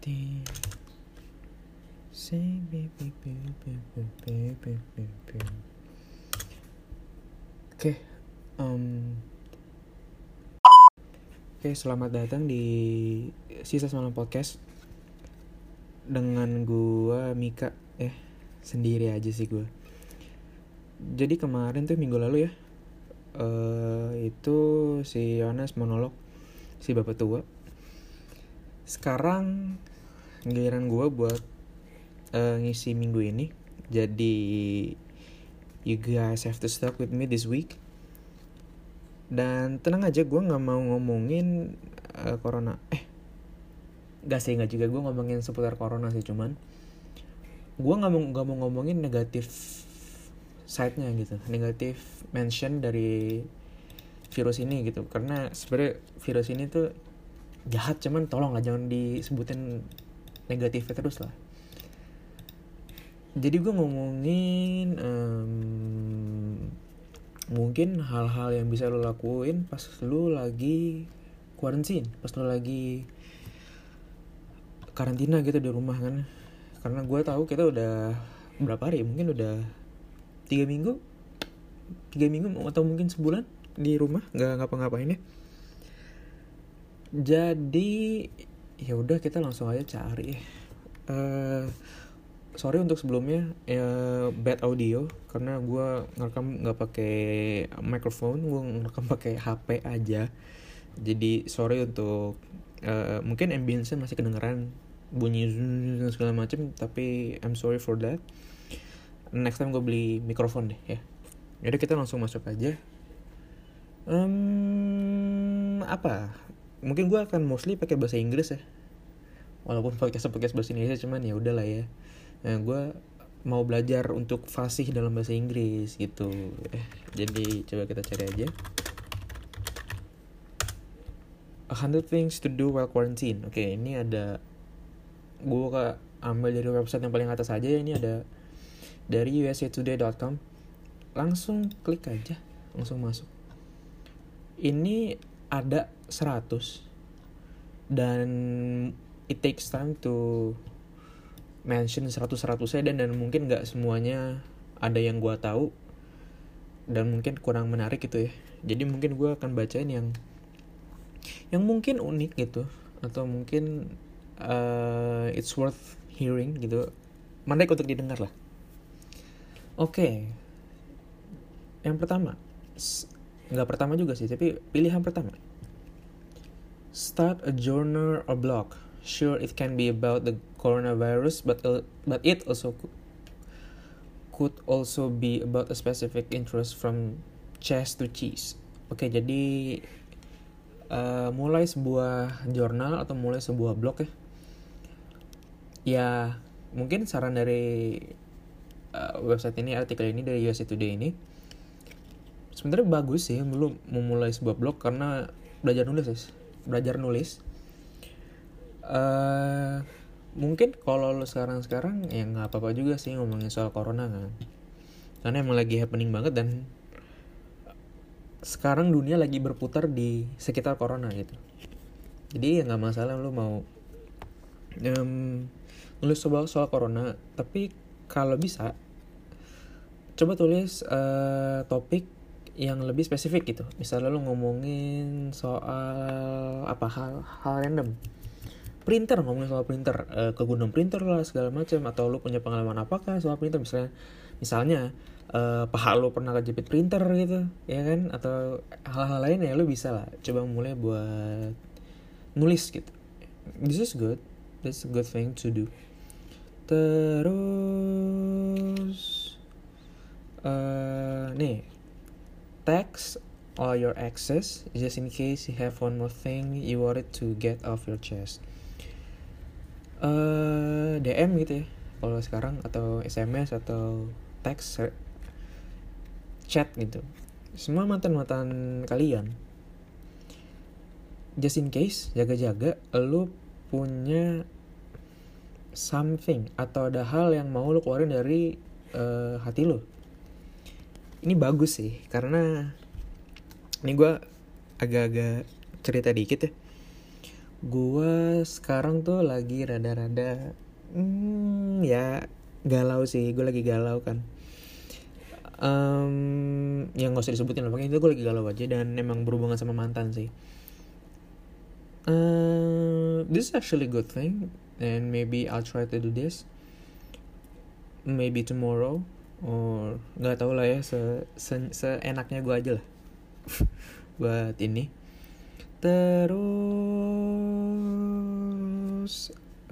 Ti. Oke, selamat datang di Sisa Semalam Podcast dengan gua Mika. Sendiri aja sih gua. Jadi kemarin tuh minggu lalu ya, itu si Yohanes monolog, si bapak tua. Sekarang giliran gua buat ngisi minggu ini. Jadi you guys have to stuck with me this week. Dan tenang aja, gue gak mau ngomongin corona. Gak juga gue ngomongin seputar corona sih. Cuman gue gak mau ngomongin negatif side-nya gitu, negatif mention dari virus ini gitu. Karena sebenarnya virus ini tuh jahat, cuman tolong lah jangan disebutin negatifnya terus lah. Jadi gue ngomongin mungkin hal-hal yang bisa lo lakuin pas lo lagi quarantine, pas lo lagi karantina gitu di rumah kan. Karena gue tahu kita udah berapa hari, mungkin udah 3 minggu atau mungkin sebulan di rumah nggak ngapa-ngapain ya. Jadi ya udah, kita langsung aja cari. Sorry untuk sebelumnya bad audio karena gue ngerekam nggak pakai microphone, gue ngerekam pakai HP aja. Jadi sorry untuk mungkin ambience masih kedengeran bunyi segala macam, tapi I'm sorry for that. Next time gue beli mikrofon deh ya. Jadi kita langsung masuk aja. Mungkin gue akan mostly pakai bahasa Inggris ya. Walaupun podcast bahasa Indonesia, cuman ya udahlah ya. Nah, gue mau belajar untuk fasih dalam bahasa Inggris gitu. Jadi coba kita cari aja. 100 things to do while quarantine. Oke, ini ada, gue ambil dari website yang paling atas aja. Ini ada dari usatoday.com. Langsung klik aja, langsung masuk. Ini ada 100 dan it takes time to mention 100-100-nya dan mungkin gak semuanya ada yang gue tahu dan mungkin kurang menarik gitu ya. Jadi mungkin gue akan bacain yang mungkin unik gitu, atau mungkin it's worth hearing gitu, menarik untuk didengar lah. Oke. Yang pertama, gak pertama juga sih, tapi pilihan pertama, start a journal or blog. Sure, it can be about the coronavirus, but it also could also be about a specific interest from chess to cheese. Oke, jadi mulai sebuah jurnal atau mulai sebuah blog ya. Ya, mungkin saran dari website ini, artikel ini dari USA Today ini, sebenarnya bagus sih lu memulai sebuah blog karena belajar nulis. Mungkin kalau lo sekarang ya nggak apa-apa juga sih ngomongin soal corona kan, karena emang lagi happening banget dan sekarang dunia lagi berputar di sekitar corona gitu. Jadi ya nggak masalah lo mau nulis soal corona, tapi kalau bisa coba tulis topik yang lebih spesifik gitu. Misalnya lo ngomongin soal hal random, ngomongin soal printer, kegunaan printer lah segala macam, atau lu punya pengalaman apakah soal printer, misalnya paha lu pernah kejepit printer gitu ya kan, atau hal-hal lain ya, lu bisa lah coba mulai buat nulis gitu. This is good, that's a good thing to do. Terus nih, text all your exes just in case you have one more thing you wanted to get off your chest. DM gitu ya kalau sekarang, atau SMS atau teks, chat gitu, semua mantan kalian. Just in case, jaga-jaga lu punya something atau ada hal yang mau lu keluarin dari hati lu. Ini bagus sih, karena ini gue agak-agak cerita dikit ya. Gue sekarang tuh lagi rada-rada ya galau sih. Gue lagi galau kan. Yang gak usah disebutin lah, pokoknya itu gue lagi galau aja. Dan emang berhubungan sama mantan sih. This is actually a good thing. And maybe I'll try to do this. Maybe tomorrow. Or gak tau lah ya, seenaknya gue aja lah. Buat ini. Terus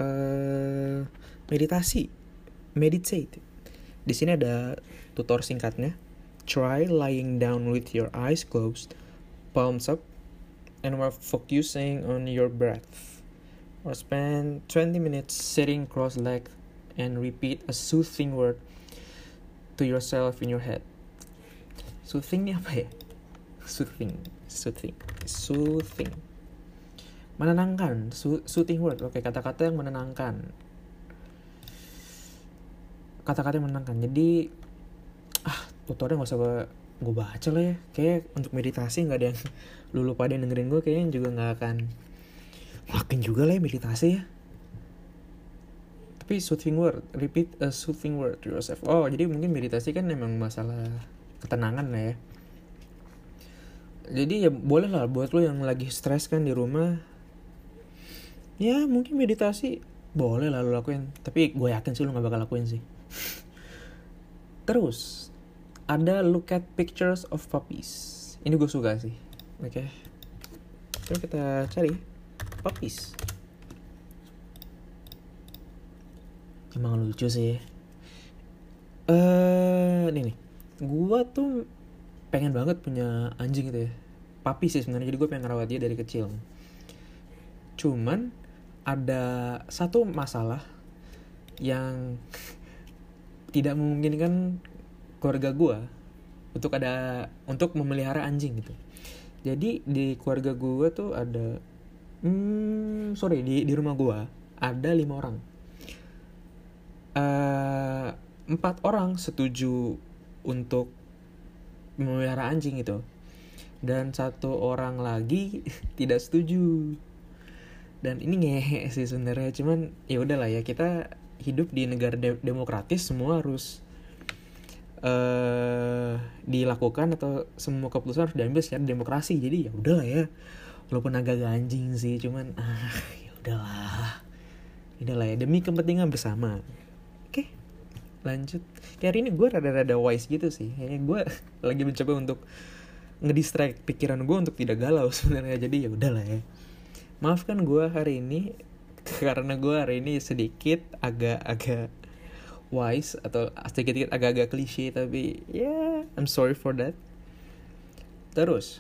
meditate. Di sini ada tutor singkatnya. Try lying down with your eyes closed, palms up, and while focusing on your breath. Or spend 20 minutes sitting cross-legged and repeat a soothing word to yourself in your head. Soothing ini apa ya? Soothing. Menenangkan. Soothing word. Oke, kata-kata yang menenangkan. Jadi tutornya gak usah gue baca lah ya. Kayak untuk meditasi gak ada yang lu pada dengerin gue, kayaknya juga gak akan ngelakuin juga lah ya meditasi ya. Tapi soothing word, repeat a soothing word to yourself. Oh, jadi mungkin meditasi kan memang masalah ketenangan lah ya. Jadi ya boleh lah buat lo yang lagi stres kan di rumah. Ya mungkin meditasi boleh lah lo lakuin. Tapi gue yakin sih lo gak bakal lakuin sih. Terus ada look at pictures of puppies. Ini gue suka sih. Oke. Coba kita cari puppies. Emang lucu sih. Nih. Gue tuh pengen banget punya anjing gitu ya. Puppy sih sebenarnya. Jadi gue pengen ngerawat dia dari kecil. Cuman ada satu masalah yang tidak memungkinkan keluarga gue untuk memelihara anjing gitu. Jadi di keluarga gue tuh ada di rumah gue ada 5 orang. 4 orang setuju untuk memelihara anjing gitu. Dan 1 orang lagi tidak setuju. Dan ini ngehe sih sebenarnya, cuman ya udahlah ya, kita hidup di negara demokratis, semua harus dilakukan atau semua keputusan harus diambil secara demokrasi. Jadi ya udahlah ya, walaupun agak anjing sih, cuman ya udahlah ya, demi kepentingan bersama. Oke, lanjut. Kayak hari ini gue rada-rada wise gitu sih. Kayaknya gue lagi mencoba untuk ngedistract pikiran gue untuk tidak galau sebenarnya. Jadi ya udahlah ya. Maafkan gue hari ini karena gue hari ini sedikit agak wise atau sedikit agak klise, tapi I'm sorry for that. Terus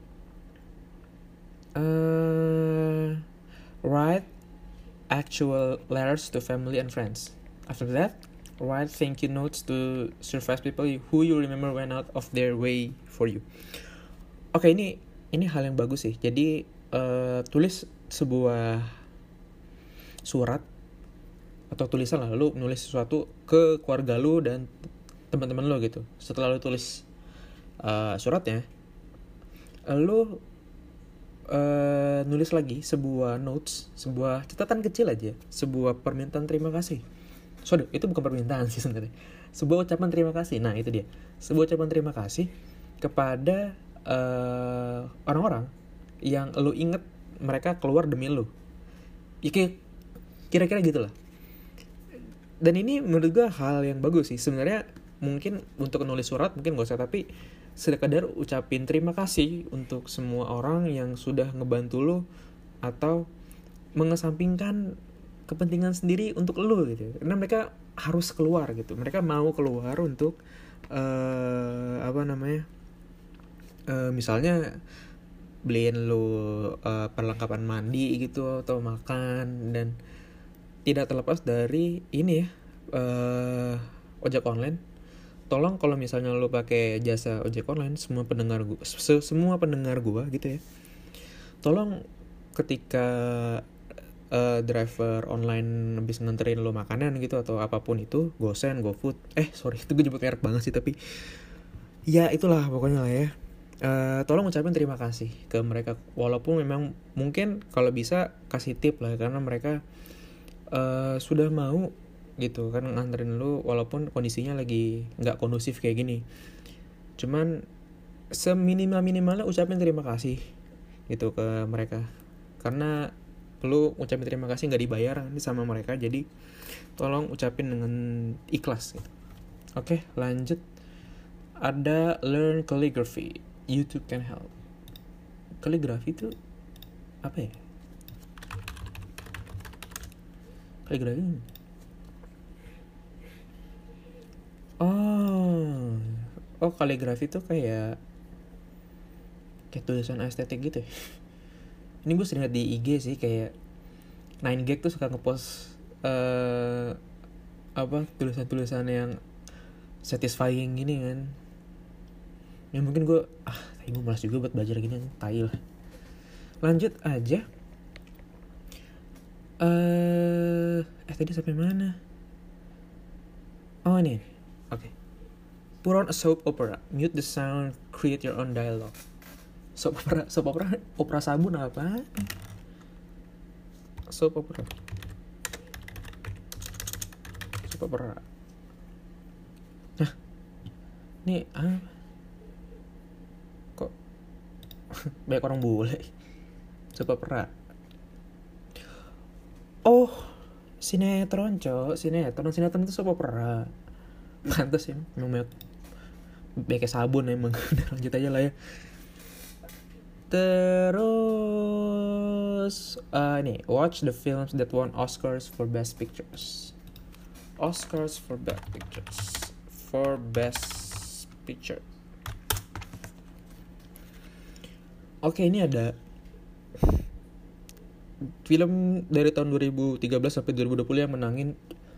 write actual letters to family and friends. After that, write thank you notes to surprise people who you remember went out of their way for you. Oke, ini hal yang bagus sih. Jadi tulis sebuah surat atau tulisan lah, lu nulis sesuatu ke keluarga lu dan teman-teman lu gitu. Setelah lu tulis suratnya, lu nulis lagi sebuah notes, sebuah catatan kecil aja, sebuah permintaan terima kasih. Itu bukan permintaan sih sebenarnya, sebuah ucapan terima kasih. Nah itu dia, sebuah ucapan terima kasih kepada orang-orang yang lu inget mereka keluar demi lu. Ya kira-kira gitulah. Dan ini menurut gue hal yang bagus sih sebenarnya. Mungkin untuk nulis surat mungkin gak usah, tapi sekadar ucapin terima kasih untuk semua orang yang sudah ngebantu lo atau mengesampingkan kepentingan sendiri untuk lo gitu. Karena mereka harus keluar gitu, mereka mau keluar untuk misalnya beliin lo perlengkapan mandi gitu atau makan. Dan tidak terlepas dari ini ya, ojek online. Tolong kalau misalnya lo pakai jasa ojek online, semua pendengar gue gitu ya, tolong ketika driver online habis nganterin lo makanan gitu atau apapun itu, GoSend, GoFood, itu gue nyebut merek banget sih, tapi ya itulah pokoknya lah ya, Tolong ucapin terima kasih ke mereka, walaupun memang mungkin kalau bisa kasih tip lah, karena mereka sudah mau gitu kan nganterin lu walaupun kondisinya lagi nggak kondusif kayak gini. Cuman seminimal-minimalnya ucapin terima kasih gitu ke mereka, karena lu ucapin terima kasih nggak dibayar nanti sama mereka, jadi tolong ucapin dengan ikhlas gitu. Oke, lanjut. Ada learn calligraphy, YouTube can help. Kaligrafi itu apa ya? Kaligrafi. Kaligrafi itu kayak tulisan estetik gitu ya. Ini gue sering liat di IG sih, kayak 9gag tuh suka ngepost tulisan-tulisan yang satisfying gini kan. Ya mungkin gue gue malas juga buat belajar gini, tai lah. Lanjut aja. Tadi sampai mana? Oh ini. Oke. Put on a soap opera, mute the sound, create your own dialogue. Soap opera sabun apa? Soap opera. Nah, ini kok banyak orang bule. Soap opera. Oh, sinetron itu soap opera. Pantes ya, memang kayak sabun emang. Udah lanjut aja lah ya. Terus nih, watch the films that won Oscars for Best Pictures. For Best Picture. Oke, ini ada film dari tahun 2013 sampai 2020 yang menangin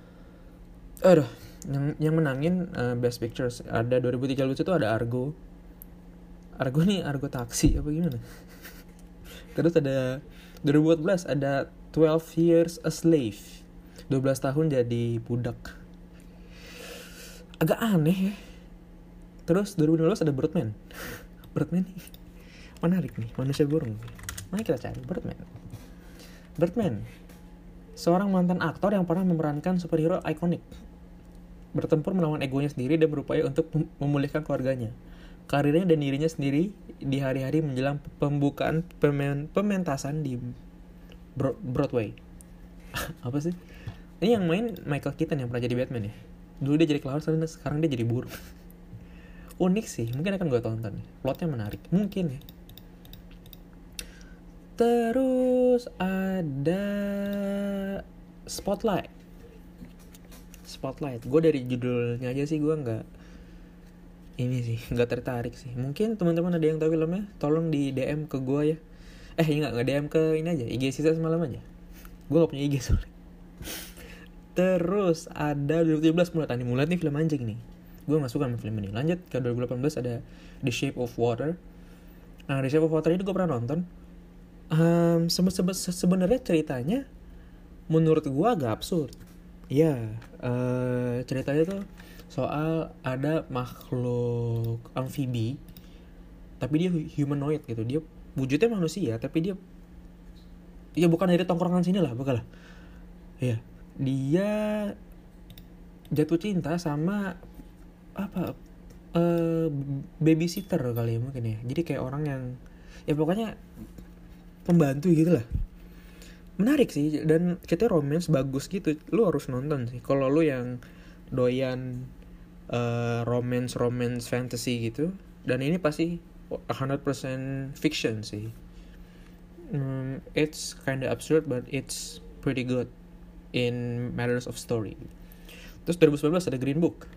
yang menangin Best Pictures. Ada 2013 itu ada Argo nih, Argo taksi apa gimana. Terus ada 2014 ada 12 Years a Slave, 12 tahun jadi budak. Agak aneh ya. Terus 2015 ada Birdman. Birdman nih menarik nih, manusia burung. Mari kita cari Birdman, seorang mantan aktor yang pernah memerankan superhero ikonik, bertempur melawan egonya sendiri dan berupaya untuk memulihkan keluarganya, karirnya dan dirinya sendiri di hari-hari menjelang pembukaan pementasan di Broadway. Apa sih? Ini yang main Michael Keaton yang pernah jadi Batman ya. Dulu dia jadi clown, sekarang dia jadi burung. Unik sih, mungkin akan gue tonton. Plotnya menarik, mungkin ya. Terus ada Spotlight. Gue dari judulnya aja sih gue nggak tertarik sih. Mungkin teman-teman ada yang tahu filmnya, tolong di DM ke gue ya. Nggak DM ke ini aja, IG Sisa Semalam aja. Gue nggak punya IG soalnya. Terus ada 2017 Mulat nih, film anjing nih. Gue nggak suka sama film ini. Lanjut ke 2018 ada The Shape of Water. Nah, The Shape of Water ini gue pernah nonton. Sebenarnya ceritanya menurut gue agak absurd. Ceritanya tuh soal ada makhluk amfibi, tapi dia humanoid gitu. Dia wujudnya manusia, tapi dia bukan dari tongkrongan sini lah, bukan lah. Dia jatuh cinta sama babysitter kali ya mungkin ya. Jadi kayak orang yang pokoknya pembantu gitu lah. Menarik sih, dan kita romance bagus gitu. Lu harus nonton sih kalau lu yang doyan romance fantasy gitu. Dan ini pasti 100% fiction sih. It's kinda absurd but it's pretty good in matters of story. Terus 2019 ada Green Book.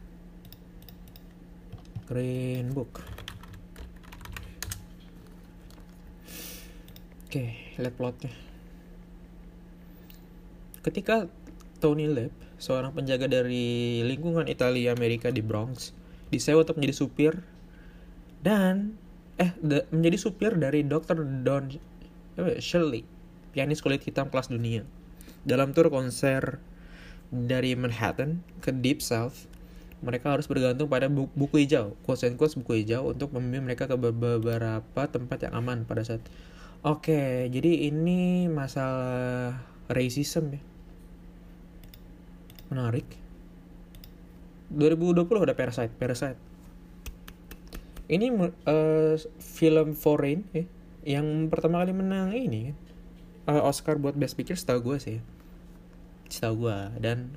Oke, lihat plotnya. Ketika Tony Leb, seorang penjaga dari lingkungan Italia Amerika di Bronx, disewa untuk menjadi supir menjadi supir dari Dr. Don Shirley, pianis kulit hitam kelas dunia. Dalam tur konser dari Manhattan ke Deep South, mereka harus bergantung pada buku hijau, quotes and quotes buku hijau, untuk membimbing mereka ke beberapa tempat yang aman pada saat. Oke, jadi ini masalah racism ya. Menarik. 2020 ada Parasite. Ini film foreign ya, yang pertama kali menang ini kan, Oscar buat Best Picture setahu gue sih. Setahu gue. Dan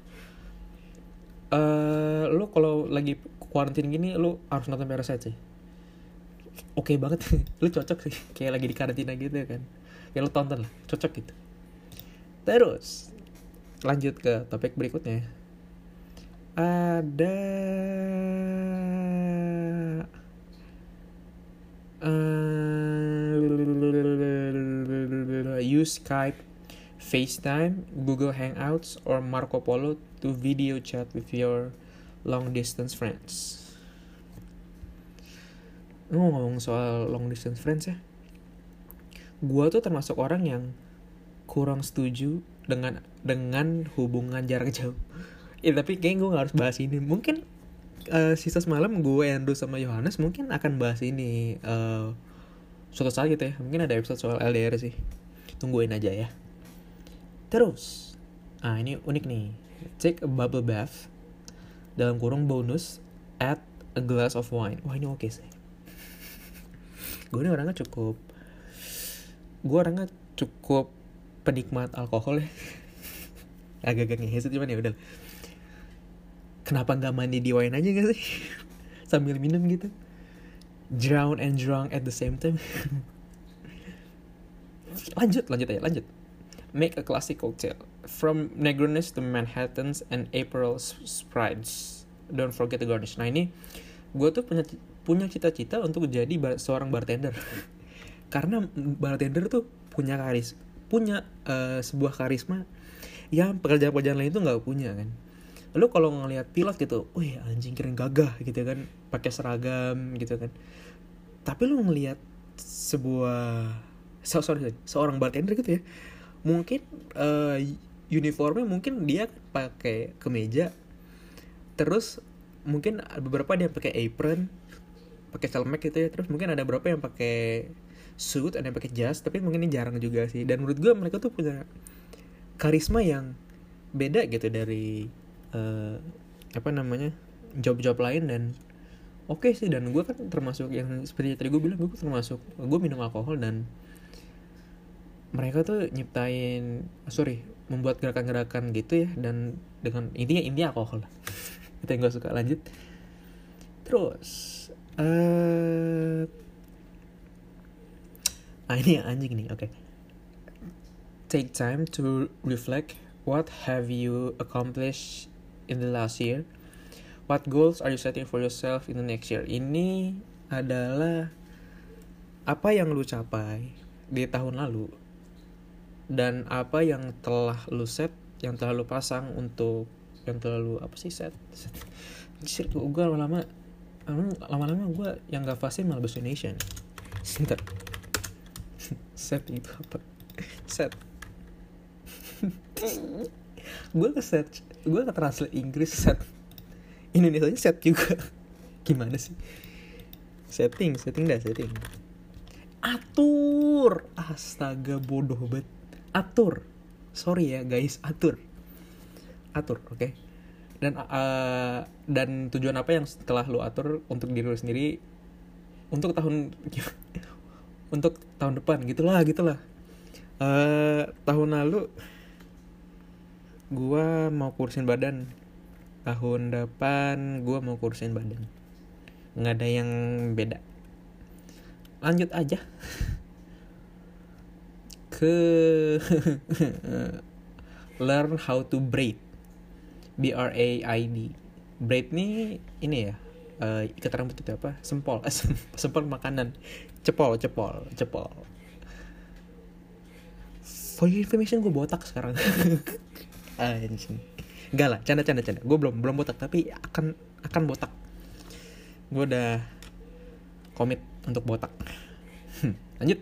lu kalau lagi quarantine gini lu harus nonton Parasite sih. Oke banget. Lu cocok sih, kayak lagi di karantina gitu kan. Ya lu tonton lah, cocok gitu. Terus lanjut ke topik berikutnya. Ada use Skype, FaceTime, Google Hangouts, or Marco Polo to video chat with your long distance friends. Ngomong soal long distance friends ya, gue tuh termasuk orang yang kurang setuju dengan hubungan jarak jauh. Tapi kayaknya gue gak harus bahas ini. Mungkin sisa semalam gue, Andrew sama Yohanes mungkin akan bahas ini suatu saat gitu ya. Mungkin ada episode soal LDR sih, tungguin aja ya. Terus ini unik nih. Take a bubble bath, dalam kurung bonus, add a glass of wine. Wah ini oke sih. Gue orangnya cukup penikmat alkohol ya. Agak-agak ngehes cuman ya udah. Kenapa nggak mandi di wine aja gak sih? Sambil minum gitu. Drown and drunk at the same time. Lanjut aja. Make a classic cocktail from Negronis to Manhattans and April Sprites. Don't forget to garnish. Nah ini gue tuh punya cita-cita untuk jadi seorang bartender. Karena bartender tuh punya sebuah karisma yang pekerjaan-pekerjaan lain tuh nggak punya kan. Lu kalau ngelihat pilot gitu, wih anjing keren gagah gitu kan, pakai seragam gitu kan. Tapi lu ngelihat seorang bartender gitu ya, mungkin uniformnya mungkin dia pakai kemeja, terus mungkin beberapa dia pakai apron, pakai celemek gitu ya, terus mungkin ada beberapa yang pakai suit, ada yang pakai jas, tapi mungkin ini jarang juga sih. Dan menurut gue mereka tuh punya karisma yang beda gitu dari job-job lain. Dan oke sih, dan gue kan termasuk yang seperti tadi gue bilang, gue minum alkohol, dan mereka tuh membuat gerakan-gerakan gitu ya, dan dengan intinya alkohol lah. Itu yang gue suka. Lanjut terus ini yang anjing nih. Oke. Take time to reflect. What have you accomplished in the last year? What goals are you setting for yourself in the next year? Ini adalah apa yang lu capai di tahun lalu, dan apa yang telah lu set, yang telah lu pasang untuk, yang telah lu set. Gue lama-lama gue yang gak fasih malah bahasa Indonesia nih. Sebentar. Set itu apa? Set. Gue translate Inggris set, Indonesia set juga. Gimana sih? Setting. Atur. Astaga, bodoh banget. Atur. Sorry ya guys, atur. Oke. Dan tujuan apa yang setelah lu atur untuk diri lu sendiri untuk tahun depan gitulah. Tahun lalu gua mau kurusin badan. Tahun depan gua mau kurusin badan. Nggak ada yang beda. Lanjut aja ke learn how to braid. BRAID. Braid nih ini ya, ikat rambut itu apa? Sempol makanan. Cepol. For your information, gue botak sekarang. Anjing. Enggak lah, canda. Gue belum botak, tapi akan botak. Gue udah komit untuk botak. Lanjut.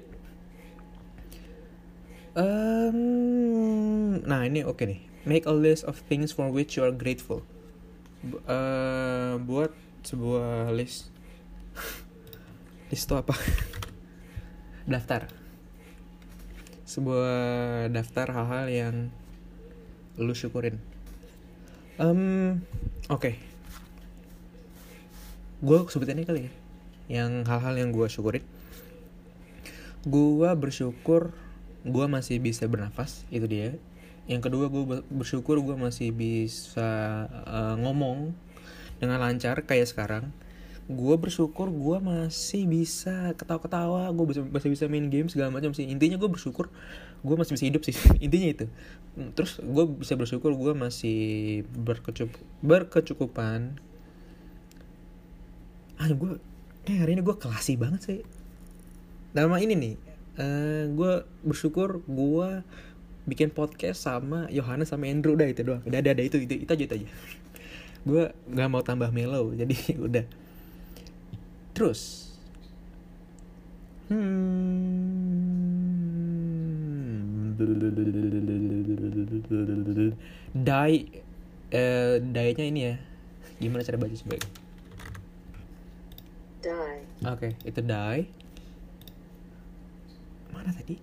Nah ini oke nih. Make a list of things for which you are grateful. buat sebuah list itu apa? Sebuah daftar hal-hal yang lu syukurin. Oke. Gue sebutin ini kali ya, yang hal-hal yang gue syukurin. Gue bersyukur gue masih bisa bernafas, itu dia. Yang kedua, gue bersyukur gue masih bisa ngomong dengan lancar kayak sekarang. Gue bersyukur gue masih bisa ketawa-ketawa, gue masih bisa main game segala macam sih. Intinya gue bersyukur gue masih bisa hidup sih. Intinya itu. Terus gue bisa bersyukur gue masih berkecukupan. Gue hari ini gue klasi banget sih. Dalam ini nih, gue bersyukur gue bikin podcast sama Yohanes sama Andrew, udah itu doang. Udah itu aja. Gue nggak mau tambah mellow, jadi udah. Terus, die-nya ini ya. Gimana cara baca sebagai? Die. Oke, itu die. Mana tadi?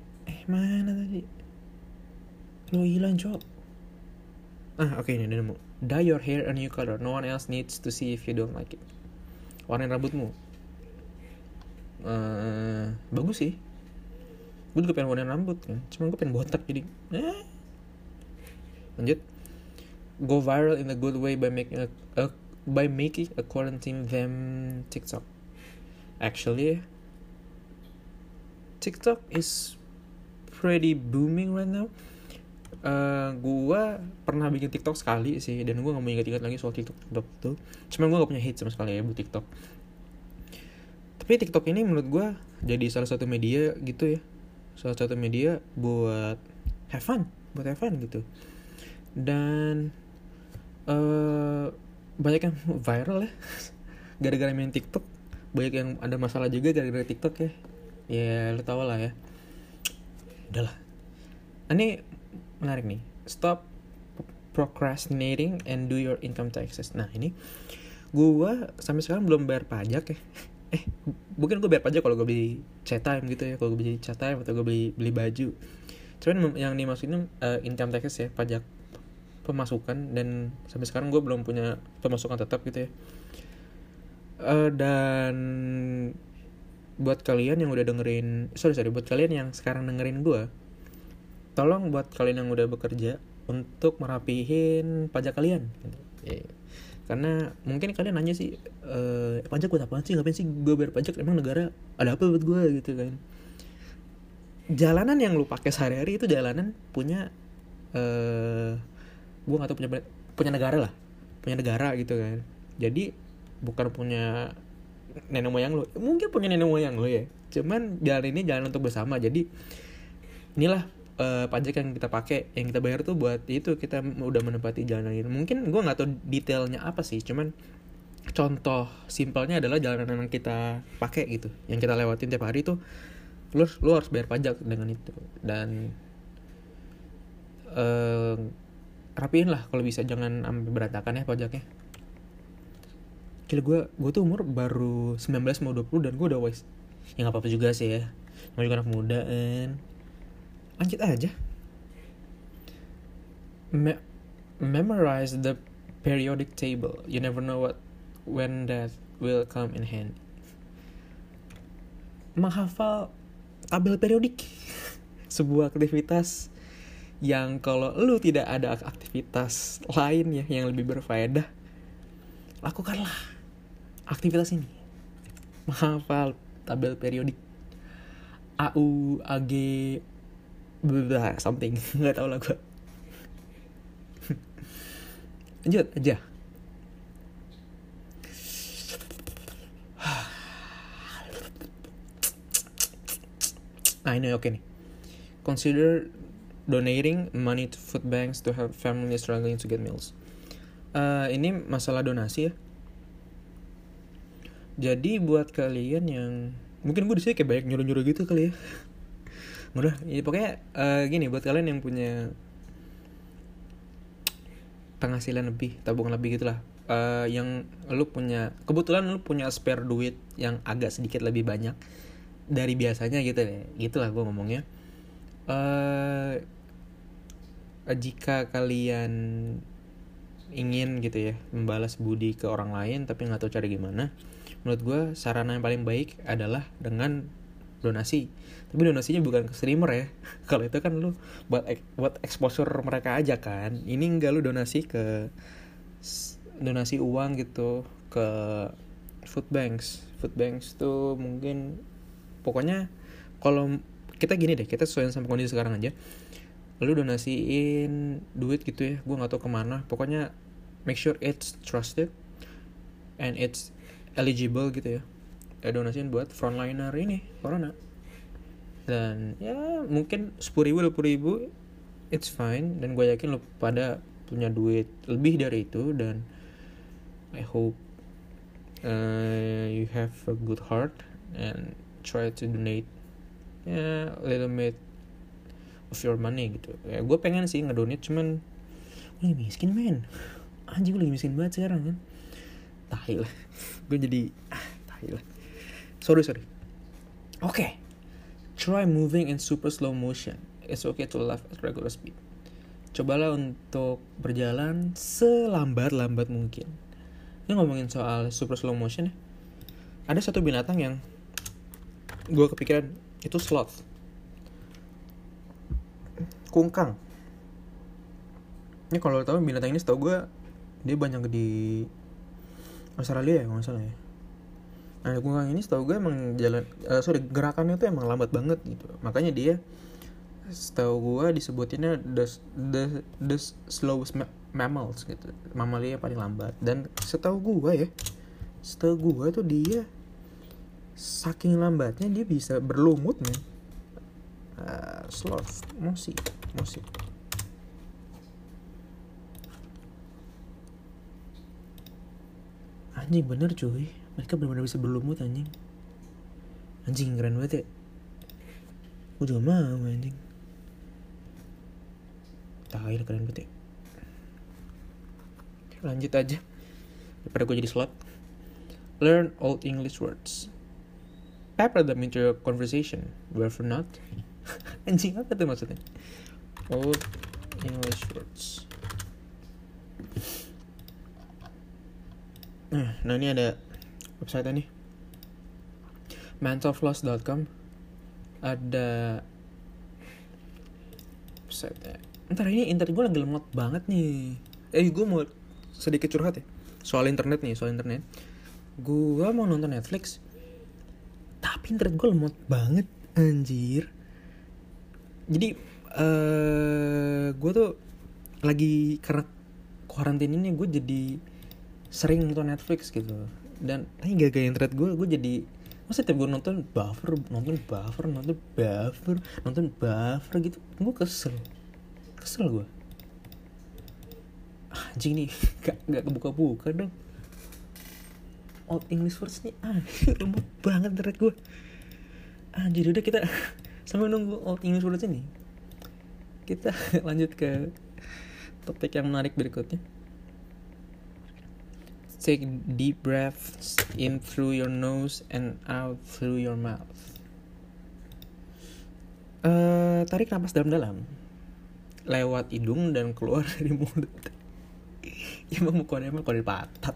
Lo hilang, Cok. Oke, ini udah nemu. Dye your hair a new color. No one else needs to see if you don't like it. Warnain rambutmu. Bagus sih. Gue juga pengen warnain rambut kan. Cuma gue pengen botak jadi. Lanjut. Go viral in a good way by making a quarantine them TikTok. Actually, TikTok is pretty booming right now. Gue pernah bikin TikTok sekali sih, dan gue gak mau ingat-ingat lagi soal TikTok tuh. Cuman gue gak punya hate sama sekali ya buat TikTok. Tapi TikTok ini menurut gue jadi salah satu media gitu ya, salah satu media buat have fun gitu. Dan banyak yang viral ya gara-gara main TikTok. Banyak yang ada masalah juga gara-gara TikTok ya. Ya lo tau lah ya. Udahlah. Ini menarik nih. Stop procrastinating and do your income taxes. Nah ini gue sampai sekarang belum bayar pajak ya. Mungkin gue bayar pajak kalau gue beli chat time gitu ya. Kalau gue beli chat time atau gue beli baju. Cuman yang dimaksudnya income taxes ya, pajak pemasukan. Dan sampai sekarang gue belum punya pemasukan tetap gitu ya. Dan buat kalian yang udah dengerin, buat kalian yang sekarang dengerin gue, tolong buat kalian yang udah bekerja untuk merapihin pajak kalian. Karena mungkin kalian nanya sih, pajak buat apaan sih? Ngapain sih gue bayar pajak? Emang negara ada apa buat gue gitu kan? Jalanan yang lu pakai sehari-hari itu jalanan punya, gue nggak tahu punya negara lah, punya negara gitu kan. Jadi bukan punya nenek moyang lu. Mungkin punya nenek moyang lu ya. Cuman jalan ini jalan untuk bersama. Jadi inilah pajak yang kita pakai, yang kita bayar tuh buat itu kita udah menempati jalanan ini. Mungkin gue nggak tahu detailnya apa sih, cuman contoh simpelnya adalah jalanan yang kita pakai gitu, yang kita lewatin tiap hari tuh, lu harus bayar pajak dengan itu. Dan rapiin lah kalau bisa, jangan sampai berantakan ya pajaknya. Gila, gue tuh umur baru 19 mau 20 dan gue udah wise. Ya nggak apa-apa juga sih ya, mau juga anak muda kan. Lanjut aja. Memorize the periodic table. You never know when that will come in handy. Menghafal tabel periodik. Sebuah aktivitas yang kalau lu tidak ada aktivitas lain ya yang lebih berfaedah, lakukanlah aktivitas ini. Menghafal tabel periodik. AU, AG, something. Nggak tahu lah gue. Lanjut aja. Nah ini oke nih. Consider donating money to food banks to help families struggling to get meals. Ini masalah donasi ya. Jadi buat kalian yang mungkin gue disini kayak banyak nyuruh-nyuruh gitu kali ya. Udah, ya pokoknya gini, buat kalian yang punya penghasilan lebih, tabungan lebih gitulah, yang lu punya, kebetulan lu punya spare duit yang agak sedikit lebih banyak dari biasanya gitu deh, gitulah gue ngomongnya. Jika kalian ingin gitu ya membalas budi ke orang lain tapi nggak tahu cara gimana, menurut gue sarana yang paling baik adalah dengan donasi. Tapi donasinya bukan ke streamer ya. Kalau itu kan lu buat exposure mereka aja kan. Ini enggak, lu donasi uang gitu ke food banks tuh mungkin. Pokoknya kalau kita gini deh, kita sesuaiin sama kondisi sekarang aja. Lu donasiin duit gitu ya, gue nggak tahu kemana. Pokoknya make sure it's trusted and it's eligible gitu ya. Donasiin buat frontliner ini corona. Dan ya mungkin 10.000 20.000 it's fine. Dan gue yakin lu pada punya duit lebih dari itu. Dan I hope you have a good heart and try to donate a little bit of your money gitu. Ya gue pengen sih ngedonate, cuman gue lagi miskin men. Anjing, gue lagi miskin banget sekarang kan. Tai lah. Gue jadi tai lah. Sorry. Okay. Try moving in super slow motion. It's okay to laugh at regular speed. Cobalah untuk berjalan selambat-lambat mungkin. Ini ngomongin soal super slow motion ya. Ada satu binatang yang gue kepikiran, itu sloth. Kungkang. Ini kalau lo tahu binatang ini, setahu gue dia banyak di Australia ya kalau nggak salah ya. Nah, kungkang ini setahu gue emang gerakannya tuh emang lambat banget gitu. Makanya dia setahu gue disebutinnya the slowest mammals gitu. Mamalia paling lambat. Dan setahu gue tuh dia saking lambatnya dia bisa berlumut men. Sloth, mosi. Anjing bener cuy, mereka benar-benar bisa berlumut anjing. Anjing keren banget ya. Gue juga mau anjing. Tai keren banget ya. Lanjut aja daripada gue jadi slot. Learn old English words. Pepper them into your conversation. Wherever not. Anjing apa tuh maksudnya? Old English words. Nah ini ada website nih, mentalfloss.com. Ada website. Ntar ini internet gue lagi lemot banget nih. Gue mau sedikit curhat ya soal internet. Gue mau nonton Netflix, tapi internet gue lemot banget anjir. Jadi gue tuh lagi karena karantina ini gue jadi sering nonton Netflix gitu. Dan ini gara-gara internet gue jadi, masa tiap gue nonton buffer gitu. Gue kesel gue. Anjing nih gak kebuka dong Old English words nih. Lemot banget internet gue. Anjir, udah kita sambil nunggu Old English words ini, kita lanjut ke topik yang menarik berikutnya. Take deep breaths in through your nose and out through your mouth. Tarik napas dalam-dalam lewat hidung dan keluar dari mulut. Emang mukanya emang kode patat.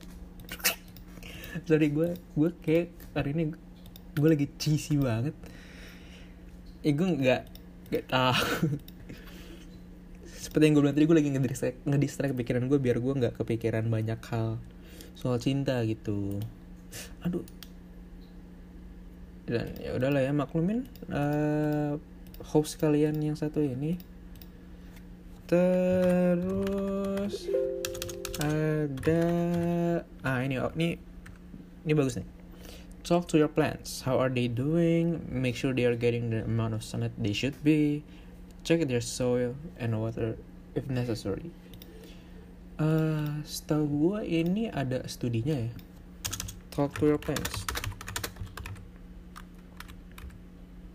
Sorry, gue kayak hari ini gue lagi cheesy banget. Gue nggak tahu. Seperti yang gue bilang tadi, gue lagi ngedistract pikiran gue biar gue nggak kepikiran banyak hal soal cinta gitu. Aduh. Dan ya udahlah ya, maklumin host kalian yang satu ini. Terus ada ini bagus nih. Talk to your plants. How are they doing? Make sure they are getting the amount of sunlight they should be. Check their soil and water if necessary. Setahu gue ini ada studinya ya. Talk to your plants.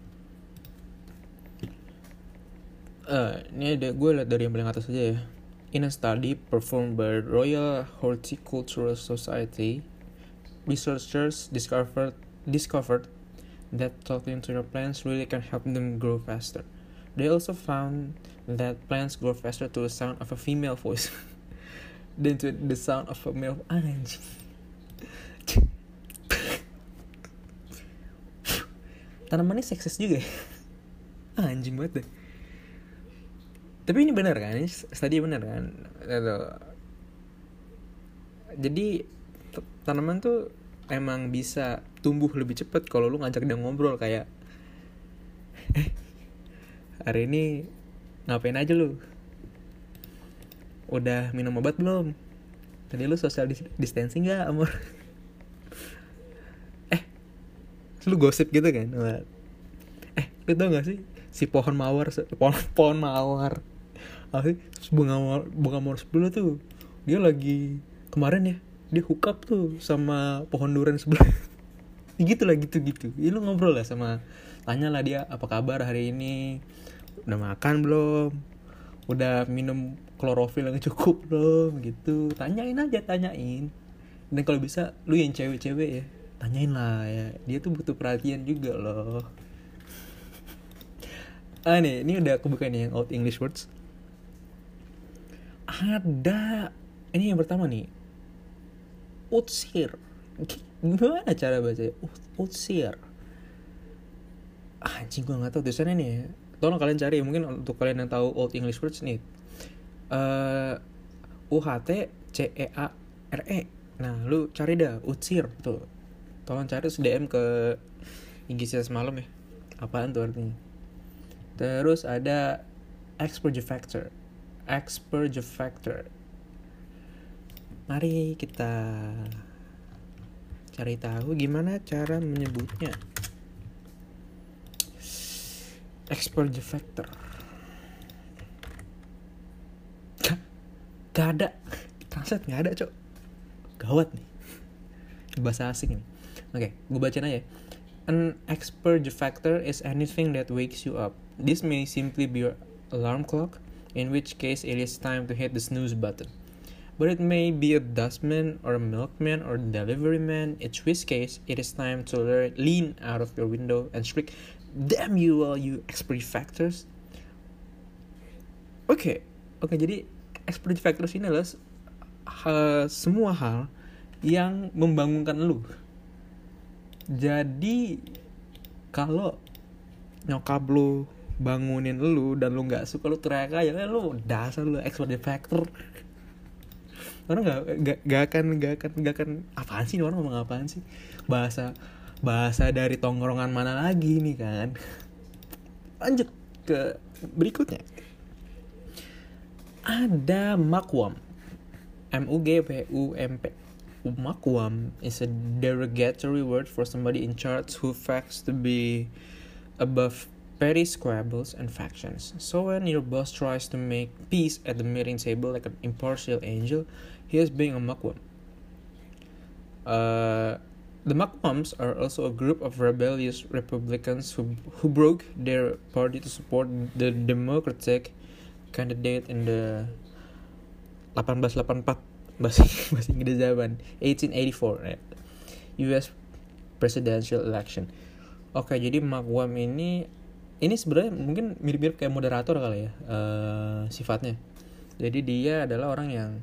Ini ada, gue lihat dari yang paling atas aja ya. In a study performed by Royal Horticultural Society, researchers discovered that talking to your plants really can help them grow faster. They also found that plants grow faster to the sound of a female voice than to the sound of a male. Anjing. Tanamannya seksis juga ya. Anjing banget deh. Tapi ini benar kan? Ini tadi benar kan? Jadi tanaman tuh emang bisa tumbuh lebih cepat kalau lu ngajak dia ngobrol kayak hari ini ngapain aja lu? Udah minum obat belum? Tadi lu social distancing gak, amor? Lu gosip gitu kan? Lu tau gak sih si pohon mawar bunga mawar sebelah tuh, dia lagi kemarin ya, dia hook up tuh sama pohon durian sebelah. gitu ya, lu ngobrol lah sama, tanya lah dia apa kabar hari ini, udah makan belum, udah minum klorofil yang cukup belum, gitu. Tanyain. Dan kalau bisa lu yang cewek-cewek ya, tanyain lah ya, dia tuh butuh perhatian juga loh. Nih, ini udah kebuka nih yang Old English Words. Ada, ini yang pertama nih, Utsir. Gimana cara bacanya? Utsir. Anjing, gue gak tahu tulisannya nih ya. Tolong kalian cari, mungkin untuk kalian yang tahu Old English Words nih. UHTCEARE. Nah, lu cari dah Utsir tuh. Tolong cari DM ke IG saya semalam ya. Apaan tuh artinya? Terus ada Expergifactor. Mari kita cari tahu gimana cara menyebutnya. Expergifactor. Gak ada. Translate gak ada, cok. Gawat nih. Bahasa asing nih. Oke, gue bacain aja. An expergifactor is anything that wakes you up. This may simply be your alarm clock, in which case it is time to hit the snooze button. But it may be a dustman or a milkman or delivery man, in which case it is time to lean out of your window and shriek, "Damn you all, you expergifactors!" Oke, jadi expergifactors ini adalah semua hal yang membangunkan lu. Jadi kalau nyokap lu bangunin lu dan lu nggak suka, lu teriak aja, lu dasar lu expergifactor. Orang nggak akan apaan sih, orang ngomong apaan sih, bahasa dari tongkrongan mana lagi nih kan. Lanjut ke berikutnya. Ada mugwump. MUGWUMP. Mugwump is a derogatory word for somebody in charge who facts to be above petty squabbles and factions. So when your boss tries to make peace at the meeting table like an impartial angel, he is being a mugwump. The mugwumps are also a group of rebellious Republicans who broke their party to support the Democratic candidate in the 1884 bahasa Inggris zaman 1884 US presidential election. Oke, jadi mugwump ini sebenarnya mungkin mirip-mirip kayak moderator kali ya, sifatnya. Jadi dia adalah orang yang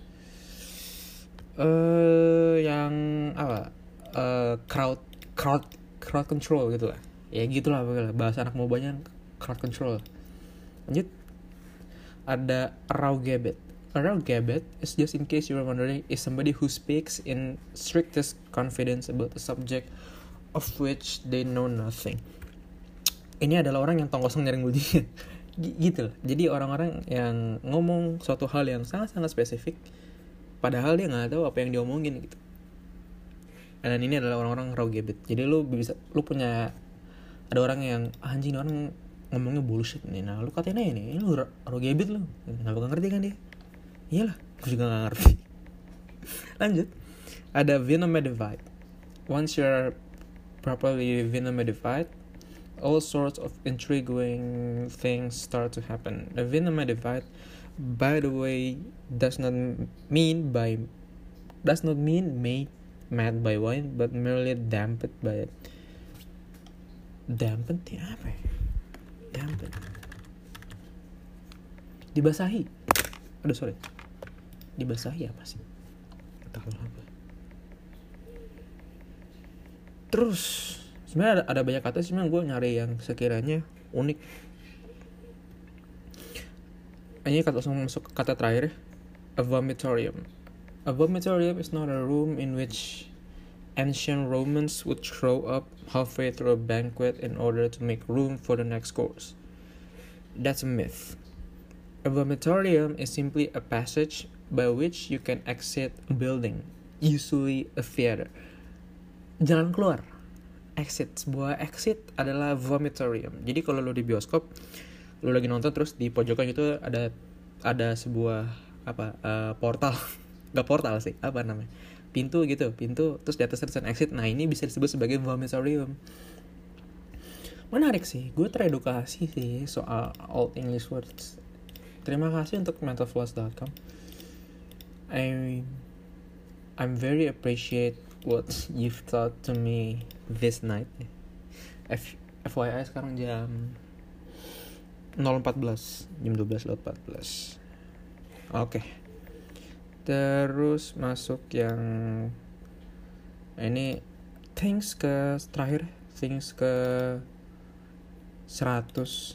crowd control gitu lah. Ya gitulah bahasa anak mobanya, crowd control. Lanjut. Ada Raugebet. A Raugebet is, just in case you were wondering, is somebody who speaks in strictest confidence about a subject of which they know nothing. Ini adalah orang yang tong kosong nyaring bunyinya. Gitu lah. Jadi orang-orang yang ngomong suatu hal yang sangat-sangat spesifik, padahal dia nggak tahu apa yang dia omongin gitu. Dan ini adalah orang-orang Raugebet. Jadi lu punya, ada orang yang anjing, orang ngomongnya bullshit nih. Nah, lu katain aja nih, lu Raugebet lu. Nggak bakal ngerti kan dia? Iyalah, gue juga gak ngerti. Lanjut. Ada Venomedified. Once you're properly Venomedified, all sorts of intriguing things start to happen. The Vietnamite divide, by the way, does not mean made mad by wine, but merely dampened by it. Dampened ya apa ya? Dampened. Dibasahi. Aduh sorry. Dibasahi apa sih? Tahu apa. Terus sebenarnya ada banyak kata sih, gue nyari yang sekiranya unik. Ini langsung masuk ke kata terakhir, a vomitorium. A vomitorium is not a room in which ancient Romans would throw up halfway through a banquet in order to make room for the next course. That's a myth. A vomitorium is simply a passage by which you can exit a building, usually a theater. Jalan keluar, sebuah exit adalah vomitorium. Jadi kalau lo di bioskop, lo lagi nonton terus di pojokan itu ada sebuah portal, nggak portal sih, apa namanya, pintu terus di atas tulisan exit. Nah ini bisa disebut sebagai vomitorium. Menarik sih, gue teredukasi sih soal old English words. Terima kasih untuk mentalfloss.com. I'm very appreciate what you've taught to me this night. FYI sekarang jam 0.14, jam 12.14. Oke. Terus masuk yang ini things ke 100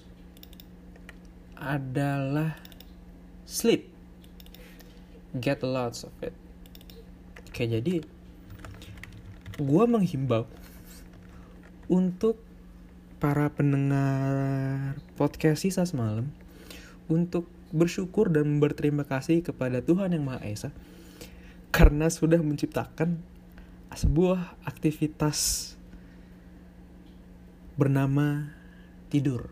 adalah sleep. Get lots of it. Oke, jadi gue menghimbau untuk para pendengar podcast Sisa Semalam untuk bersyukur dan berterima kasih kepada Tuhan Yang Maha Esa karena sudah menciptakan sebuah aktivitas bernama tidur.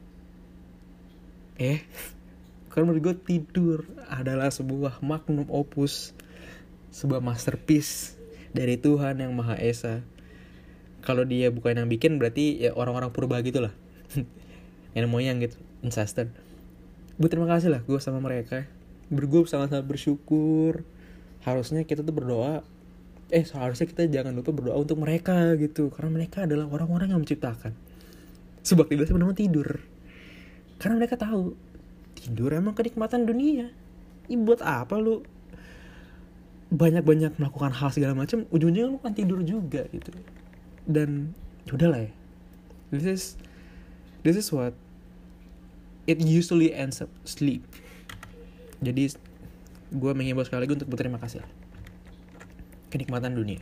Karena menurut gue tidur adalah sebuah magnum opus, sebuah masterpiece dari Tuhan Yang Maha Esa. Kalau dia bukan yang bikin, berarti ya orang-orang purba gitu lah. Yang moyang gitu, ancestor. Berterima kasih lah gue sama mereka. Gue sama-sama bersyukur. Harusnya kita tuh berdoa. Seharusnya kita jangan lupa berdoa untuk mereka gitu. Karena mereka adalah orang-orang yang menciptakan sebuah aktivitas bernama tidur. Karena mereka tahu tidur emang kenikmatan dunia. Buat apa lu banyak-banyak melakukan hal segala macam, ujungnya lu kan tidur juga gitu. Dan udahlah ya, this is what it usually ends up, sleep. Jadi gue mengimbau sekali lagi untuk berterima kasih lah. Kenikmatan dunia.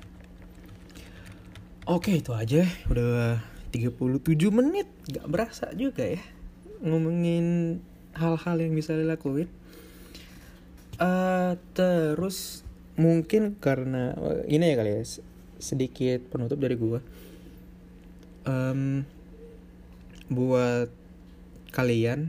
Oke, itu aja. Udah 37 menit, gak berasa juga ya ngomongin hal-hal yang bisa dilakuin. Terus mungkin karena ini ya kali ya, sedikit penutup dari gue. Buat kalian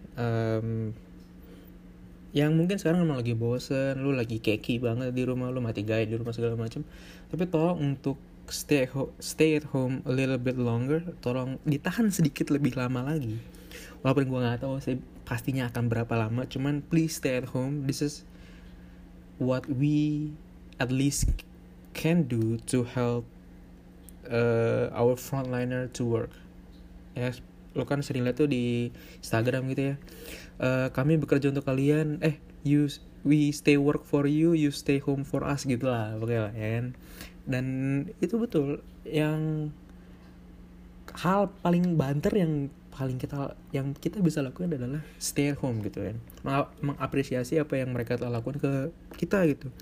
yang mungkin sekarang emang lagi bosen, lu lagi keki banget di rumah, lu mati gaya di rumah segala macam, tapi tolong untuk stay at home a little bit longer. Tolong ditahan sedikit lebih lama lagi. Walaupun gue nggak tahu sih pastinya akan berapa lama, cuman please stay at home. This is what we at least can do to help our frontliner to work. Ya, lo kan sering lihat tuh di Instagram gitu ya. Kami bekerja untuk kalian. We stay work for you, you stay home for us gitu lah, pokoknya lah, ya kan. Dan itu betul. Yang hal paling banter yang kita bisa lakukan adalah stay at home gitu kan. Mengapresiasi apa yang mereka telah lakukan ke kita gitu.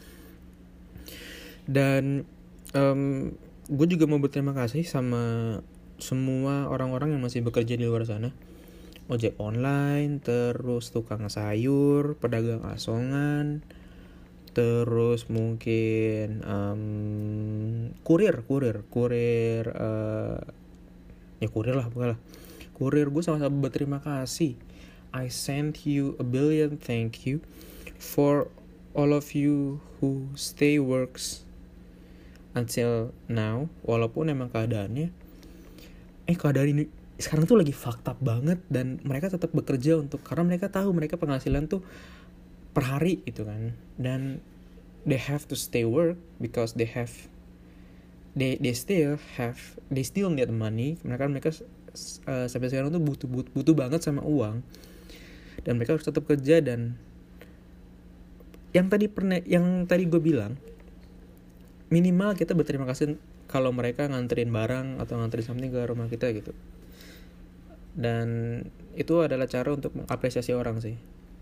Dan gue juga mau berterima kasih sama semua orang-orang yang masih bekerja di luar sana. Ojek online, terus tukang sayur, pedagang asongan, terus mungkin kurir lah, bukanlah kurir. Gue sama-sama berterima kasih. I send you a billion thank you for all of you who stay works until now. Walaupun emang keadaan sekarang tuh lagi fucked up banget, dan mereka tetap bekerja karena mereka tahu mereka penghasilan tuh per hari gitu kan, dan they have to stay work because they still need money. Mereka sampai sekarang tuh butuh banget sama uang, dan mereka harus tetap kerja. Dan yang tadi gue bilang, minimal kita berterima kasih kalau mereka nganterin barang atau nganterin something ke rumah kita gitu. Dan itu adalah cara untuk mengapresiasi orang sih.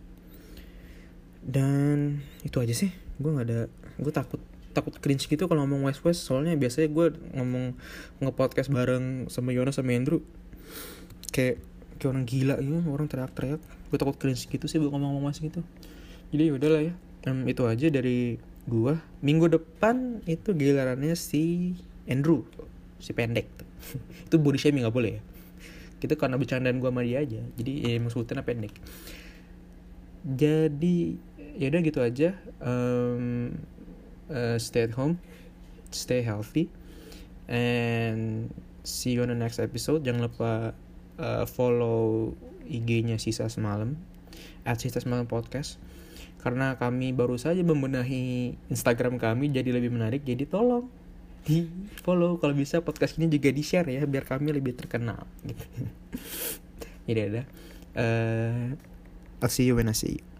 Dan itu aja sih. Gue takut cringe gitu kalau ngomong West, soalnya biasanya gue nge-podcast bareng sama Yona sama Andrew kayak orang gila gitu, orang teriak-teriak. Gue takut cringe gitu sih buat ngomong gitu. Jadi yaudahlah ya, itu aja dari gue. Minggu depan itu gilirannya si Andrew, si pendek tuh. Itu body shaming gak boleh ya, gitu karena bercandaan gue sama dia aja, jadi maksudnya pendek. Jadi yaudah gitu aja. Stay at home, stay healthy, and see you on the next episode. Jangan lupa follow IG-nya Sisa Semalam @sisasemalam_podcast, karena kami baru saja membenahi Instagram kami jadi lebih menarik. Jadi tolong di follow, kalau bisa podcast ini juga di share ya, biar kami lebih terkenal gitu. Jadi ada I'll see you when I see you.